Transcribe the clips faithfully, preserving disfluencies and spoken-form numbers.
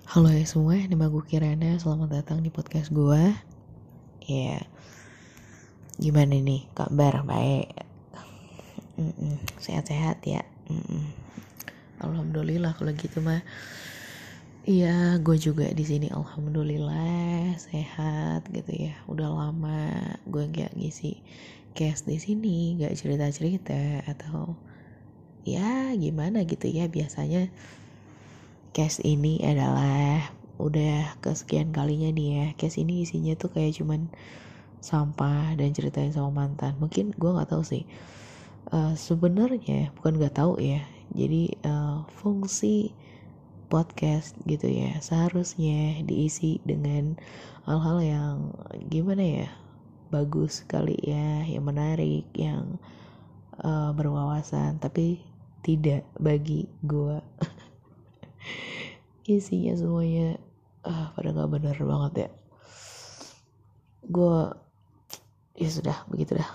Halo ya semua, nama gue Kirana. Selamat datang di podcast gue. Ya, gimana nih kabar? Baik. Mm-mm. Sehat-sehat ya. Mm-mm. Alhamdulillah kalau gitu mah. Iya, gue juga di sini. Alhamdulillah sehat gitu ya. Udah lama gue nggak ngisi cast di sini, nggak cerita-cerita atau ya gimana gitu ya. Biasanya cast ini adalah udah kesekian kalinya nih ya. Cast ini isinya tuh kayak cuman sampah dan ceritain sama mantan. Mungkin gue nggak tahu sih. Uh, sebenarnya bukan nggak tahu ya. Jadi uh, fungsi podcast gitu ya seharusnya diisi dengan hal-hal yang gimana ya, bagus kali ya, yang menarik, yang uh, berwawasan. Tapi tidak bagi gue. Isinya semuanya ah pada nggak benar banget ya. Gue ya sudah begitu dah.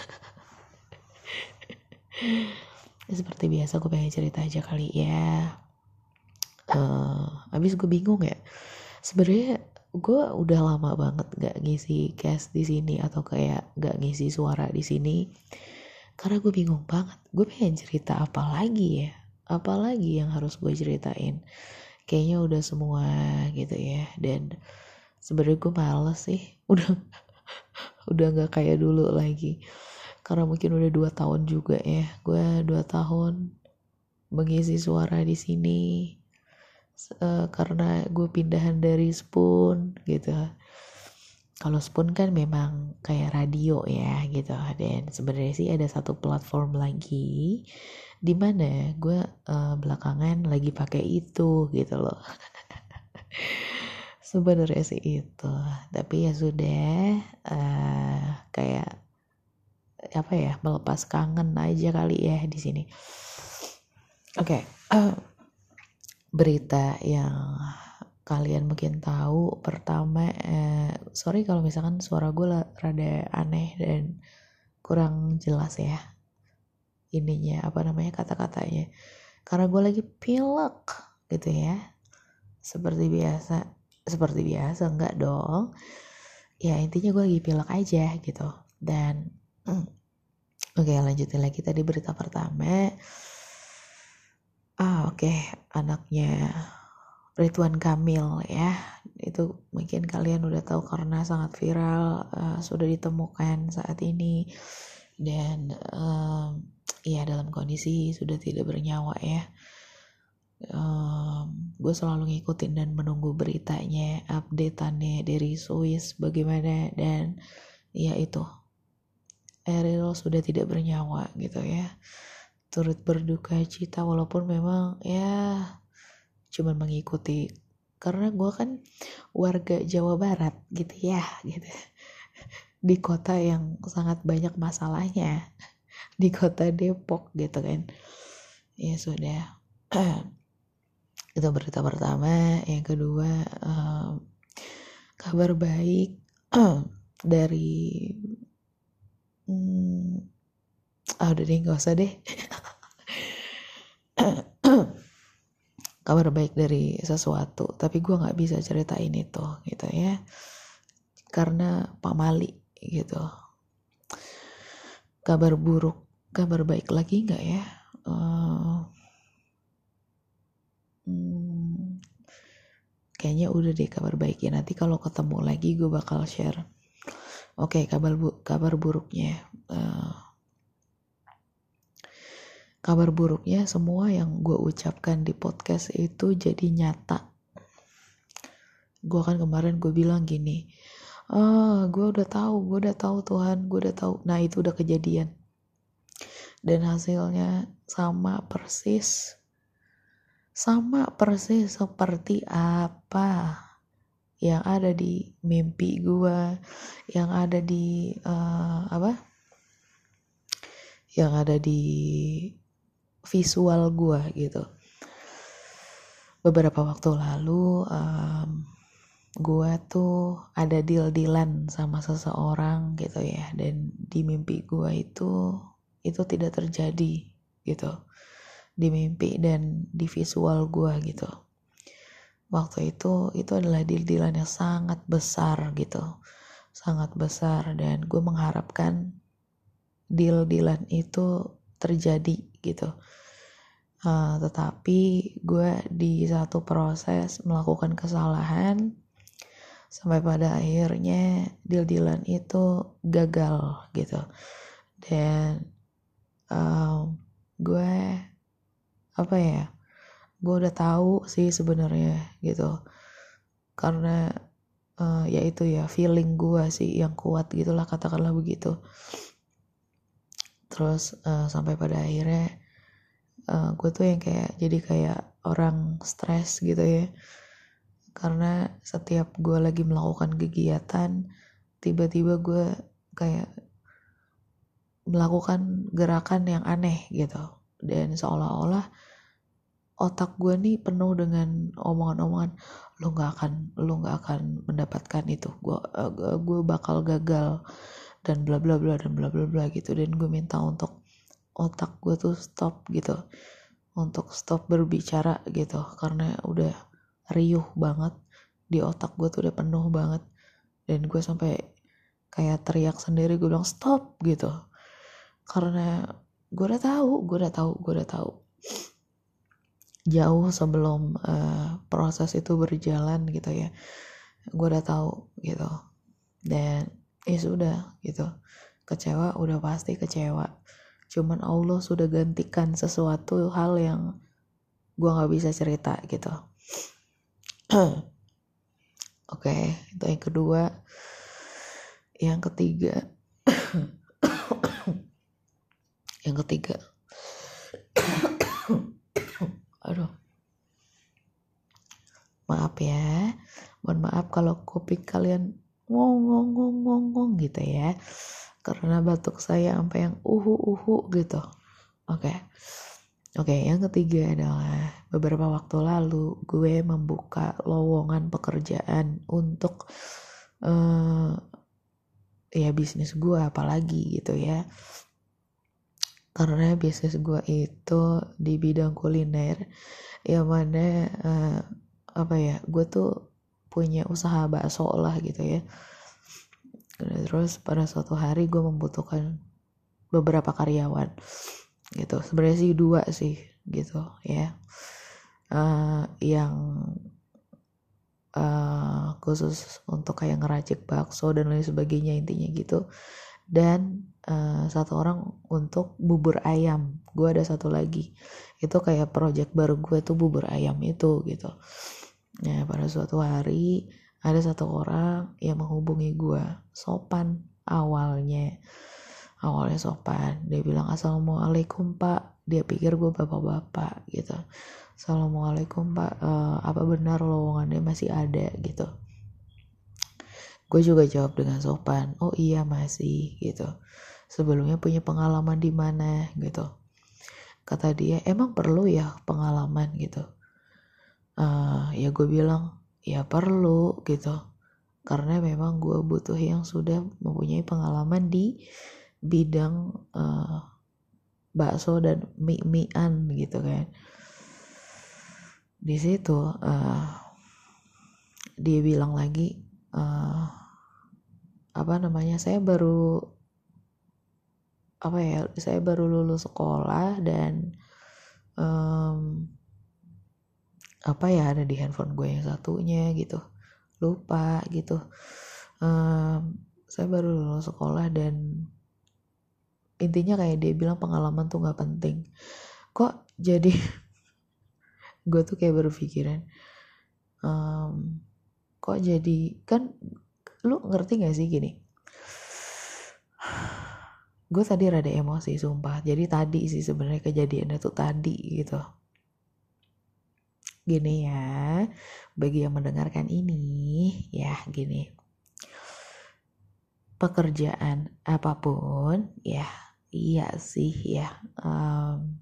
Ya, seperti biasa gue pengen cerita aja kali ya. Uh, abis gue bingung ya. Sebenarnya gue udah lama banget gak ngisi cast di sini atau kayak gak ngisi suara di sini karena gue bingung banget. Gue pengen cerita apa lagi ya? Apa lagi yang harus gue ceritain? Kayaknya udah semua gitu ya. Dan sebenarnya gue males sih. Udah udah gak kayak dulu lagi. Karena mungkin udah dua tahun juga ya. Gue dua tahun mengisi suara di sini. Uh, karena gue pindahan dari Spoon gitu. Kalau Spoon kan memang kayak radio ya gitu. Dan sebenarnya sih ada satu platform lagi di mana gue uh, belakangan lagi pakai itu gitu loh. Sebenarnya sih itu. Tapi ya sudah uh, kayak apa ya, melepas kangen aja kali ya di sini. Oke. Okay. Uh, berita yang kalian mungkin tahu pertama, eh, sorry kalau misalkan suara gue rada aneh dan kurang jelas ya ininya apa namanya kata-katanya karena gue lagi pilek gitu ya, seperti biasa seperti biasa enggak dong ya, intinya gue lagi pilek aja gitu. Dan mm, oke okay, lanjutin lagi tadi berita pertama. Ah oke okay. Anaknya Ridwan Kamil ya, itu mungkin kalian udah tahu karena sangat viral, uh, sudah ditemukan saat ini dan um, ya dalam kondisi sudah tidak bernyawa ya. Um, gue selalu ngikutin dan menunggu beritanya, updateannya dari Swiss bagaimana, dan ya itu Eril sudah tidak bernyawa gitu ya. Turut berduka cita walaupun memang ya cuman mengikuti karena gue kan warga Jawa Barat gitu ya gitu, di kota yang sangat banyak masalahnya, di kota Depok gitu kan. Ya sudah. Itu berita pertama. Yang kedua, um, kabar baik dari hmm, ah udah deh nggak usah deh. Kabar baik dari sesuatu, tapi gue nggak bisa ceritain itu gitu ya karena pamali gitu. Kabar buruk, kabar baik lagi nggak ya? Uh, hmm, kayaknya udah deh kabar baik ya. Nanti kalau ketemu lagi gue bakal share. Oke, okay, kabar bu- kabar buruknya. Uh, kabar buruknya semua yang gue ucapkan di podcast itu jadi nyata. Gue kan kemarin gue bilang gini, ah gue udah tahu, gue udah tahu Tuhan, gue udah tahu. Nah itu udah kejadian. Dan hasilnya sama persis, sama persis seperti apa yang ada di mimpi gue, yang ada di uh, apa, yang ada di visual gue gitu. Beberapa waktu lalu um, gue tuh ada deal-dealan sama seseorang gitu ya, dan di mimpi gue itu itu tidak terjadi gitu, di mimpi dan di visual gue gitu. waktu itu itu adalah deal-dealan yang sangat besar gitu, sangat besar, dan gue mengharapkan deal-dealan itu terjadi gitu. Uh, tetapi gue di satu proses melakukan kesalahan sampai pada akhirnya deal-dealan itu gagal gitu. Dan um, gue apa ya gue udah tahu sih sebenarnya gitu, karena uh, ya itu ya feeling gue sih yang kuat gitulah, katakanlah begitu. Terus uh, sampai pada akhirnya uh, gue tuh yang kayak jadi kayak orang stres gitu ya, karena setiap gue lagi melakukan kegiatan tiba-tiba gue kayak melakukan gerakan yang aneh gitu, dan seolah-olah otak gue nih penuh dengan omongan-omongan, lo nggak akan lo nggak akan mendapatkan itu, gue uh, gue bakal gagal dan bla bla bla dan bla bla bla gitu. Dan gue minta untuk otak gue tuh stop gitu, untuk stop berbicara gitu, karena udah riuh banget di otak gue tuh, udah penuh banget. Dan gue sampai kayak teriak sendiri, gue bilang stop gitu, karena gue udah tahu gue udah tahu gue udah tahu jauh sebelum uh, proses itu berjalan gitu ya, gue udah tahu gitu. Dan ya sudah gitu, kecewa udah pasti kecewa, cuman Allah sudah gantikan sesuatu hal yang gue nggak bisa cerita gitu. Oke, okay, itu yang kedua. Yang ketiga yang ketiga aduh maaf ya, mohon maaf kalau kuping kalian ngong ngong ngong ngong ngong gitu ya, karena batuk saya sampai yang uhu uhu gitu. Oke okay. Oke okay, yang ketiga adalah beberapa waktu lalu gue membuka lowongan pekerjaan untuk uh, ya bisnis gue apalagi gitu ya, karena bisnis gue itu di bidang kuliner, yang mana uh, apa ya gue tuh punya usaha bakso lah gitu ya. Terus pada suatu hari gue membutuhkan beberapa karyawan gitu, sebenarnya sih dua sih gitu ya, uh, yang uh, khusus untuk kayak ngeracik bakso dan lain sebagainya intinya gitu, dan uh, satu orang untuk bubur ayam. Gue ada satu lagi, itu kayak project baru gue tuh bubur ayam itu gitu. Nah pada suatu hari ada satu orang yang menghubungi gue, sopan awalnya awalnya sopan, dia bilang assalamualaikum pak, dia pikir gue bapak-bapak gitu. Assalamualaikum pak, uh, apa benar lowongannya masih ada gitu. Gue juga jawab dengan sopan, oh iya masih gitu, sebelumnya punya pengalaman di mana gitu. Kata dia, emang perlu ya pengalaman gitu. Uh, ya gue bilang ya perlu gitu, karena memang gue butuh yang sudah mempunyai pengalaman di bidang uh, bakso dan mie-mian gitu kan. Di situ uh, dia bilang lagi, uh, apa namanya saya baru apa ya saya baru lulus sekolah dan um, apa ya ada di handphone gue yang satunya gitu, lupa gitu. Um, saya baru lulus sekolah dan intinya kayak dia bilang pengalaman tuh nggak penting. Kok jadi gue tuh kayak berpikiran, um, kok jadi kan lu ngerti nggak sih gini? Gue tadi rada emosi sumpah. Jadi tadi sih sebenarnya kejadiannya tuh tadi gitu. Gini ya, bagi yang mendengarkan ini ya gini. Pekerjaan apapun ya, iya sih ya. Um,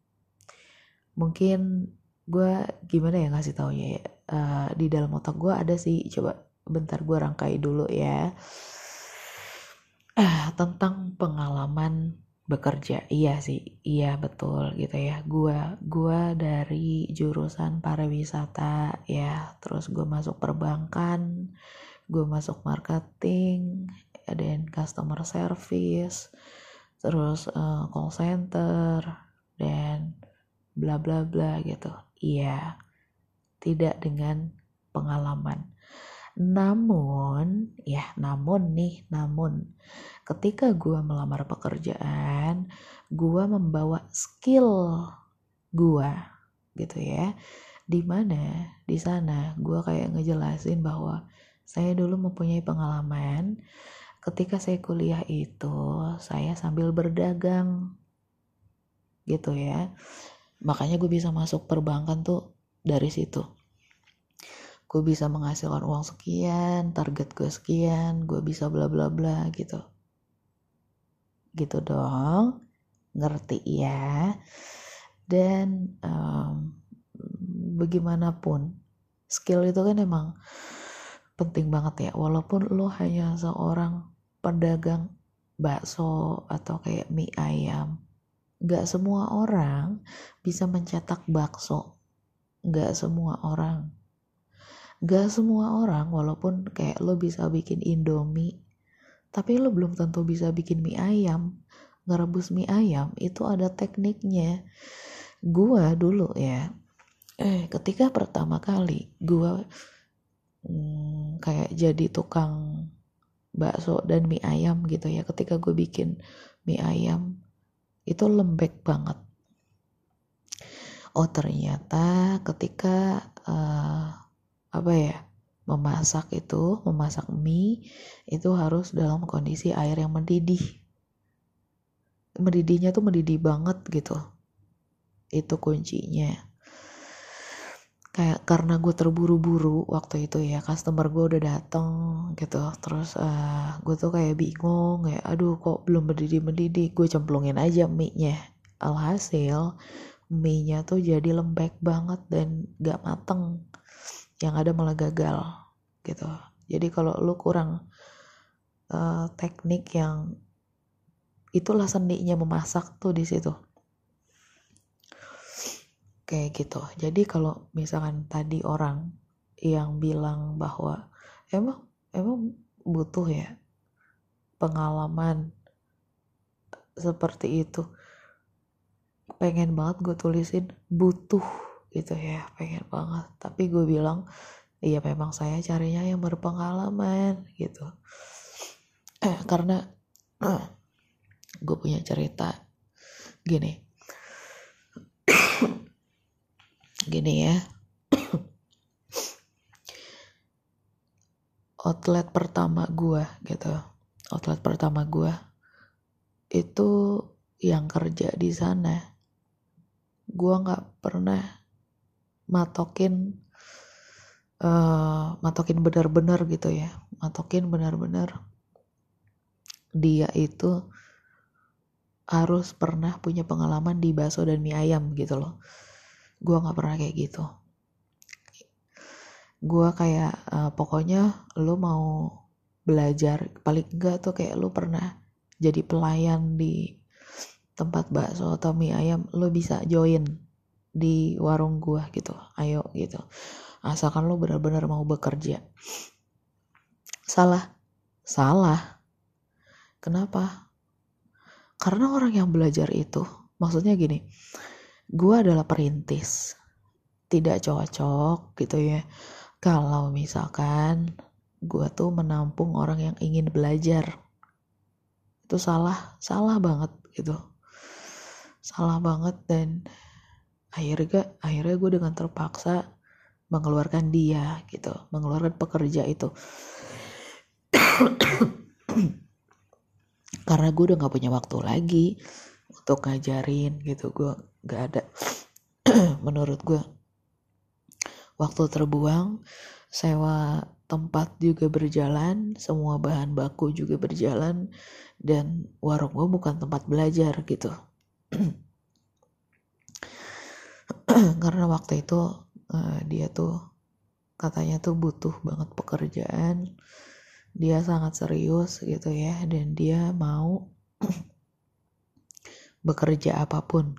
mungkin gue gimana ya ngasih taunya ya. Uh, di dalam otak gue ada sih, coba bentar gue rangkai dulu ya. Uh, tentang pengalaman bekerja. Iya sih, iya betul gitu ya. Gua gua dari jurusan pariwisata ya, terus gue masuk perbankan, gue masuk marketing, dan customer service, terus uh, call center dan bla bla bla gitu. Iya, tidak dengan pengalaman. Namun, ya namun nih, namun ketika gue melamar pekerjaan, gue membawa skill gue gitu ya. Dimana di sana gue kayak ngejelasin bahwa saya dulu mempunyai pengalaman ketika saya kuliah itu saya sambil berdagang gitu ya. Makanya gue bisa masuk perbankan tuh dari situ. Gue bisa menghasilkan uang sekian, target gue sekian, gue bisa bla bla bla gitu. Gitu dong, ngerti ya. Dan um, bagaimanapun, skill itu kan emang penting banget ya. Walaupun lo hanya seorang pedagang bakso atau kayak mie ayam, gak semua orang bisa mencetak bakso. Gak semua orang Gak semua orang walaupun kayak lo bisa bikin indomie, tapi lo belum tentu bisa bikin mie ayam. Ngerebus mie ayam itu ada tekniknya. Gua dulu ya, eh ketika pertama kali gua hmm, kayak jadi tukang bakso dan mie ayam gitu ya, ketika gue bikin mie ayam itu lembek banget. Oh ternyata ketika uh, apa ya memasak itu memasak mie itu harus dalam kondisi air yang mendidih mendidihnya tuh mendidih banget gitu, itu kuncinya. Kayak karena gue terburu-buru waktu itu ya, customer gue udah dateng gitu, terus uh, gue tuh kayak bingung kayak aduh kok belum mendidih-mendidih, gue cemplungin aja mie nya, alhasil mie nya tuh jadi lembek banget dan gak mateng, yang ada malah gagal gitu. Jadi kalau lu kurang uh, teknik yang itulah seninya memasak tuh di situ. Kayak gitu. Jadi kalau misalkan tadi orang yang bilang bahwa emang emang butuh ya pengalaman seperti itu, pengen banget gue tulisin butuh gitu ya, pengen banget. Tapi gue bilang iya memang saya carinya yang berpengalaman gitu. Eh, karena eh, gue punya cerita gini. Gini ya. Outlet pertama gue gitu. Outlet pertama gue itu yang kerja di sana. Gue nggak pernah matokin uh, matokin benar-benar gitu ya. Matokin benar-benar dia itu harus pernah punya pengalaman di bakso dan mie ayam gitu loh. Gue gak pernah kayak gitu. Gue kayak uh, pokoknya lo mau belajar, paling enggak tuh kayak lo pernah jadi pelayan di tempat bakso atau mie ayam, lo bisa join di warung gue gitu, ayo gitu, asalkan lo benar-benar mau bekerja. Salah, salah. Kenapa? Karena orang yang belajar itu, maksudnya gini, gue adalah perintis, tidak cocok gitu ya kalau misalkan gue tuh menampung orang yang ingin belajar. Itu salah, salah banget gitu, salah banget. Dan akhirnya akhirnya gue dengan terpaksa mengeluarkan dia gitu, mengeluarkan pekerja itu karena gue udah gak punya waktu lagi untuk ngajarin gitu. Gue gak ada menurut gue waktu terbuang, sewa tempat juga berjalan, semua bahan baku juga berjalan, dan warung gue bukan tempat belajar gitu. Karena waktu itu uh, dia tuh katanya tuh butuh banget pekerjaan, dia sangat serius gitu ya, dan dia mau bekerja apapun.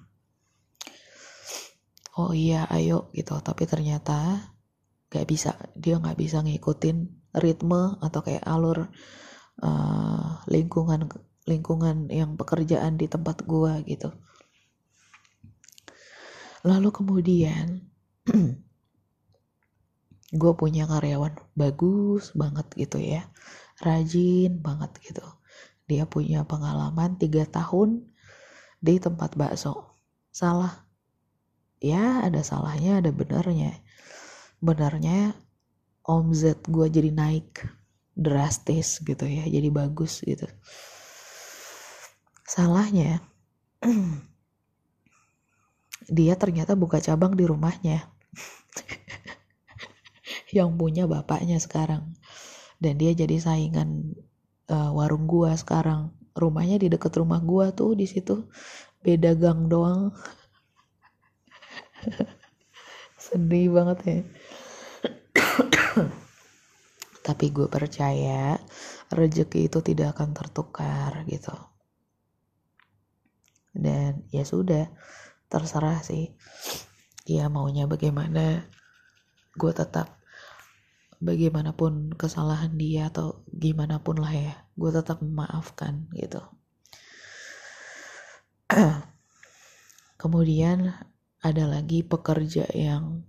Oh iya ayo gitu, tapi ternyata gak bisa, dia gak bisa ngikutin ritme atau kayak alur uh, lingkungan lingkungan yang pekerjaan di tempat gua gitu. Lalu kemudian gue punya karyawan bagus banget gitu ya, rajin banget gitu. Dia punya pengalaman tiga tahun di tempat bakso. Salah? Ya ada salahnya, ada benernya. Benernya omzet gue jadi naik drastis gitu ya, jadi bagus gitu. Salahnya dia ternyata buka cabang di rumahnya yang punya bapaknya sekarang, dan dia jadi saingan uh, warung gua sekarang. Rumahnya di deket rumah gua tuh, di situ beda gang doang. Sedih banget ya. Tapi gue percaya rezeki itu tidak akan tertukar gitu. Dan ya sudah, terserah sih dia maunya bagaimana. Gue tetap, bagaimanapun kesalahan dia atau gimana pun lah ya, gue tetap memaafkan gitu. Kemudian ada lagi pekerja yang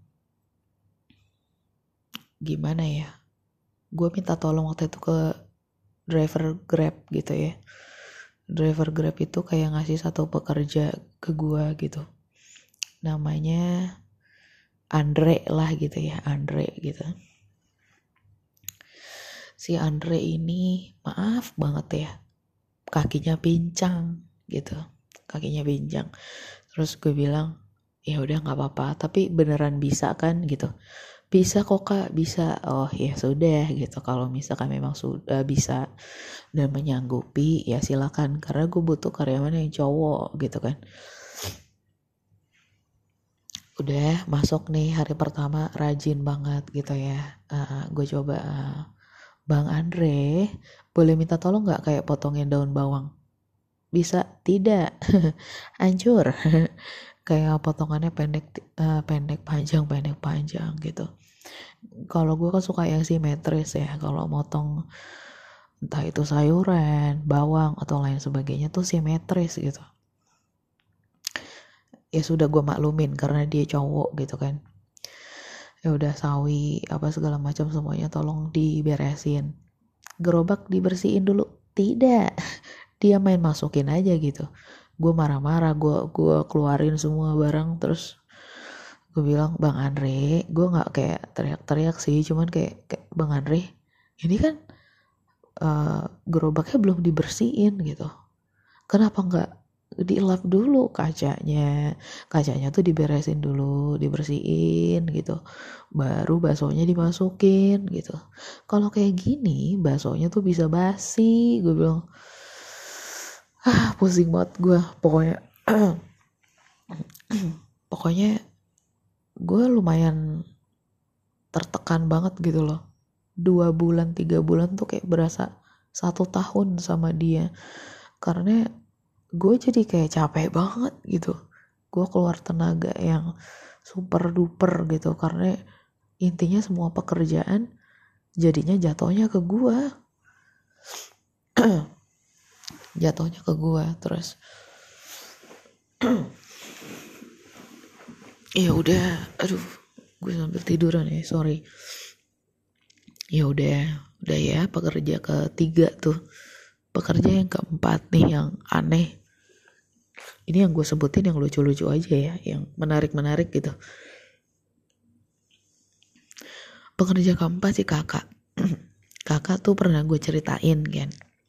gimana ya, gue minta tolong waktu itu ke driver Grab gitu ya. Driver Grab itu kayak ngasih satu pekerja ke gue gitu, namanya Andre lah gitu ya, Andre gitu. Si Andre ini maaf banget ya, kakinya pincang gitu, kakinya pincang. Terus gue bilang ya udah nggak apa-apa, tapi beneran bisa kan gitu. Bisa kok kak, bisa. Oh ya sudah gitu, kalau misalkan memang sudah bisa dan menyanggupi ya silakan, karena gue butuh karyawan yang cowok gitu kan. Udah masuk nih hari pertama, rajin banget gitu ya. Uh, gue coba, uh, Bang Andre boleh minta tolong gak kayak potongin daun bawang? Bisa? Tidak. Hancur. Kayak potongannya pendek uh, pendek panjang pendek panjang gitu. Kalau gue kan suka yang simetris ya, kalau motong entah itu sayuran, bawang atau lain sebagainya tuh simetris gitu. Ya sudah, gue maklumin karena dia cowok gitu kan. Ya udah, sawi apa segala macam semuanya tolong diberesin. Gerobak dibersihin dulu? Tidak. Dia main masukin aja gitu. Gue marah-marah, gue gue keluarin semua barang. Terus gue bilang, Bang Andre, gue nggak kayak teriak-teriak sih, cuman kayak, kayak Bang Andre, ini kan uh, gerobaknya belum dibersihin gitu. Kenapa nggak dielap dulu kacanya, kacanya tuh diberesin dulu, dibersihin gitu, baru baksonya dimasukin gitu. Kalau kayak gini baksonya tuh bisa basi. Gue bilang, ah pusing banget gue pokoknya. Pokoknya gue lumayan tertekan banget gitu loh. Dua bulan tiga bulan tuh kayak berasa satu tahun sama dia, karena gue jadi kayak capek banget gitu. Gue keluar tenaga yang super duper gitu, karena intinya semua pekerjaan jadinya jatuhnya ke gue. Jatuhnya ke gue terus. Ya udah, aduh, gue sambil tiduran ya, sorry. Ya udah, udah ya, pekerja ketiga tuh. Pekerja yang keempat nih yang aneh. Ini yang gue sebutin yang lucu-lucu aja ya, yang menarik-menarik gitu. Pekerja keempat si kakak. Kakak tuh pernah gue ceritain kan.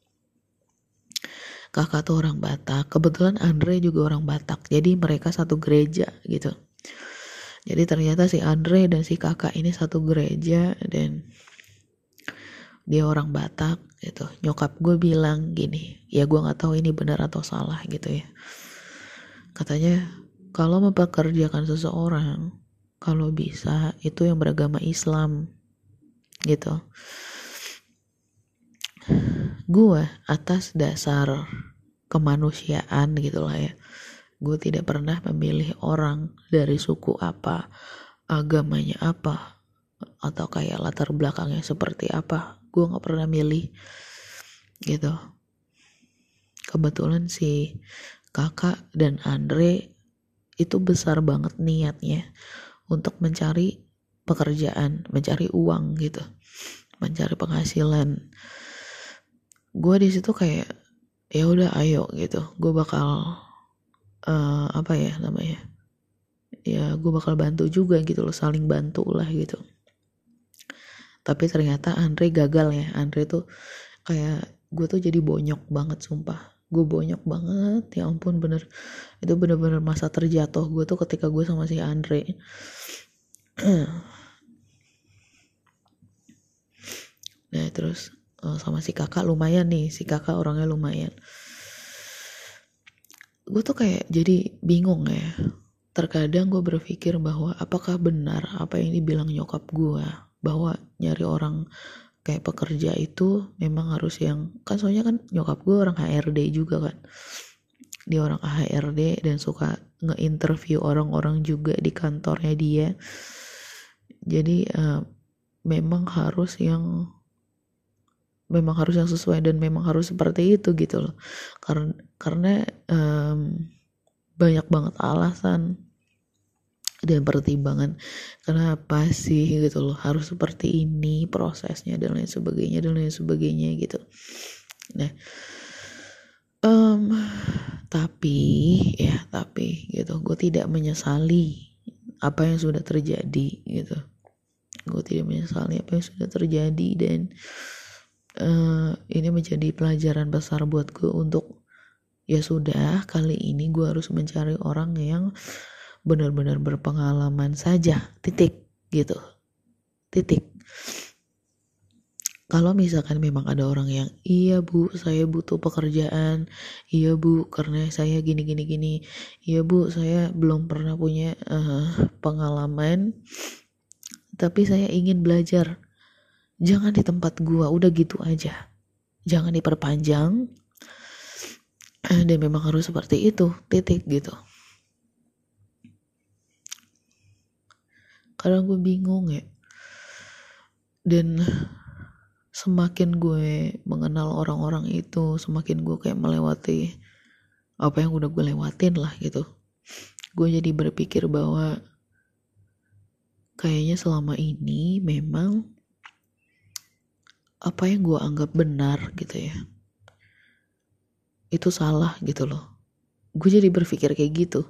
Kakak tuh orang Batak. Kebetulan Andre juga orang Batak. Jadi mereka satu gereja gitu. Jadi ternyata si Andre dan si kakak ini satu gereja, dan dia orang Batak gitu. Nyokap gue bilang gini, ya gue nggak tahu ini benar atau salah gitu ya. Katanya kalau mempekerjakan seseorang, kalau bisa itu yang beragama Islam gitu. Gue atas dasar kemanusiaan gitu lah ya. Gue tidak pernah memilih orang dari suku apa, agamanya apa, atau kayak latar belakangnya seperti apa. Gue gak pernah milih gitu. Kebetulan si kakak dan Andre itu besar banget niatnya untuk mencari pekerjaan, mencari uang gitu, mencari penghasilan. Gue di situ kayak ya udah ayo gitu, gue bakal uh, apa ya namanya, ya gue bakal bantu juga gitu loh, saling bantu lah gitu. Tapi ternyata Andre gagal ya. Andre tuh kayak gue tuh jadi bonyok banget, sumpah gue bonyok banget, ya ampun, bener itu bener-bener masa terjatuh gue tuh ketika gue sama si Andre. Nah terus uh, sama si kakak lumayan nih, si kakak orangnya lumayan. Gue tuh kayak jadi bingung ya. Terkadang gue berpikir bahwa apakah benar apa yang dibilang nyokap gue, bahwa nyari orang kayak pekerja itu memang harus yang, kan soalnya kan nyokap gue orang H R D juga kan, dia orang H R D dan suka nge-interview orang-orang juga di kantornya dia. Jadi uh, memang harus yang memang harus yang sesuai dan memang harus seperti itu gitu loh. Karena karena um, banyak banget alasan dan pertimbangan kenapa sih gitu loh harus seperti ini prosesnya dan lain sebagainya dan lain sebagainya gitu. Nah um, tapi ya tapi gitu gue tidak menyesali apa yang sudah terjadi gitu. Gue tidak menyesali apa yang sudah terjadi dan uh, ini menjadi pelajaran besar buat gue untuk ya sudah, kali ini gue harus mencari orang yang benar-benar berpengalaman saja, titik gitu, titik. Kalau misalkan memang ada orang yang iya bu saya butuh pekerjaan, iya bu karena saya gini gini gini, iya bu saya belum pernah punya uh, pengalaman tapi saya ingin belajar, jangan di tempat gue, udah gitu aja, jangan diperpanjang dan memang harus seperti itu, titik gitu. Kadang gue bingung ya, dan semakin gue mengenal orang-orang itu, semakin gue kayak melewati apa yang udah gue lewatin lah gitu. Gue jadi berpikir bahwa kayaknya selama ini memang apa yang gue anggap benar gitu ya, itu salah gitu loh. Gue jadi berpikir kayak gitu.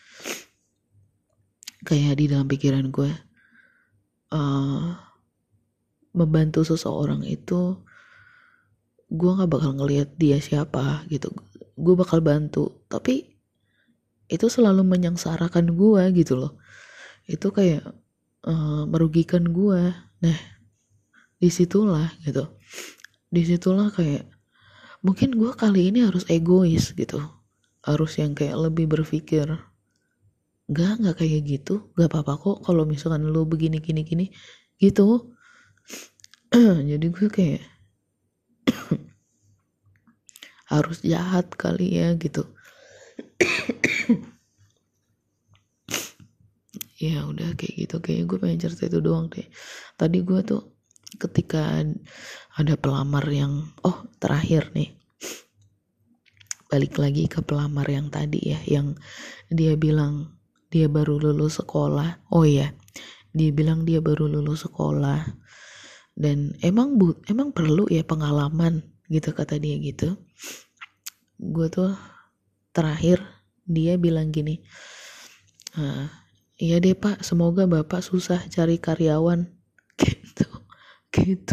Kayak di dalam pikiran gue, uh, membantu seseorang itu gue gak bakal ngelihat dia siapa gitu, gue bakal bantu tapi itu selalu menyengsarakan gue gitu loh, itu kayak uh, merugikan gue. Nah disitulah gitu, disitulah kayak mungkin gue kali ini harus egois gitu, harus yang kayak lebih berpikir Gak, gak kayak gitu, gak apa-apa kok kalau misalkan lu begini gini gini gitu. Jadi gue kayak harus jahat kali ya gitu. Ya udah kayak gitu, kayak gue pengen cerita itu doang deh. Tadi gue tuh ketika ada pelamar yang, oh terakhir nih, balik lagi ke pelamar yang tadi ya, yang dia bilang dia baru lulus sekolah. Oh iya, dia bilang dia baru lulus sekolah dan emang bu, emang perlu ya pengalaman gitu kata dia gitu. Gue tuh terakhir dia bilang gini, ah, iya deh pak, semoga bapak susah cari karyawan gitu, gitu.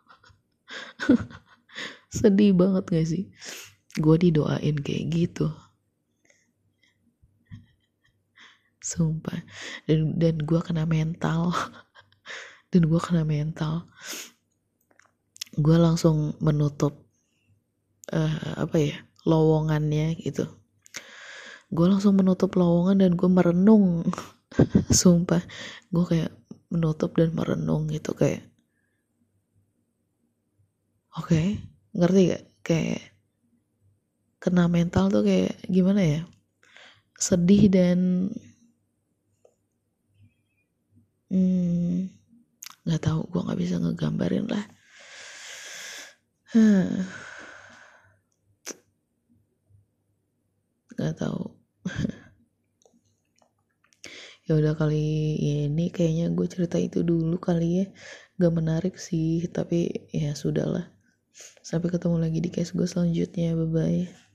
Sedih banget gak sih? Gue didoain kayak gitu. Sumpah. Dan, dan gue kena mental. Dan gue kena mental. Gue langsung menutup uh, apa ya, lowongannya gitu. Gue langsung menutup lowongan dan gue merenung. Sumpah. Gue kayak menutup dan merenung gitu kayak. Oke, okay, ngerti gak? Kayak kena mental tuh kayak gimana ya, sedih dan hmm, nggak tahu, gue nggak bisa ngegambarin lah. Nggak tahu. Ya udah kali ini kayaknya gue cerita itu dulu kali ya, gak menarik sih, tapi ya sudahlah. Sampai ketemu lagi di case gue selanjutnya, bye bye.